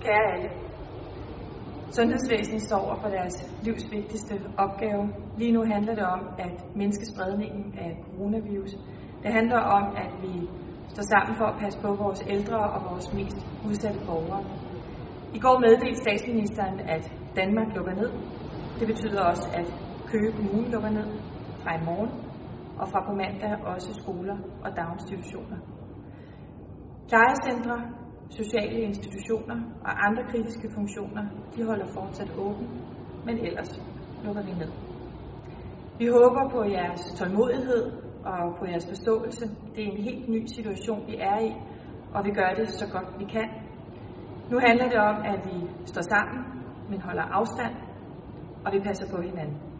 Kære alle. Sundhedsvæsenet står over for deres livs vigtigste opgave. Lige nu handler det om at mindske spredningen af coronavirus. Det handler om, at vi står sammen for at passe på vores ældre og vores mest udsatte borgere. I går meddelte statsministeren, at Danmark lukker ned. Det betyder også, at Køge Kommune lukker ned fra i morgen, og fra på mandag også skoler og daginstitutioner. Plejecentre, sociale institutioner og andre kritiske funktioner, de holder fortsat åbent, men ellers lukker vi ned. Vi håber på jeres tålmodighed og på jeres forståelse. Det er en helt ny situation, vi er i, og vi gør det så godt vi kan. Nu handler det om, at vi står sammen, men holder afstand, og vi passer på hinanden.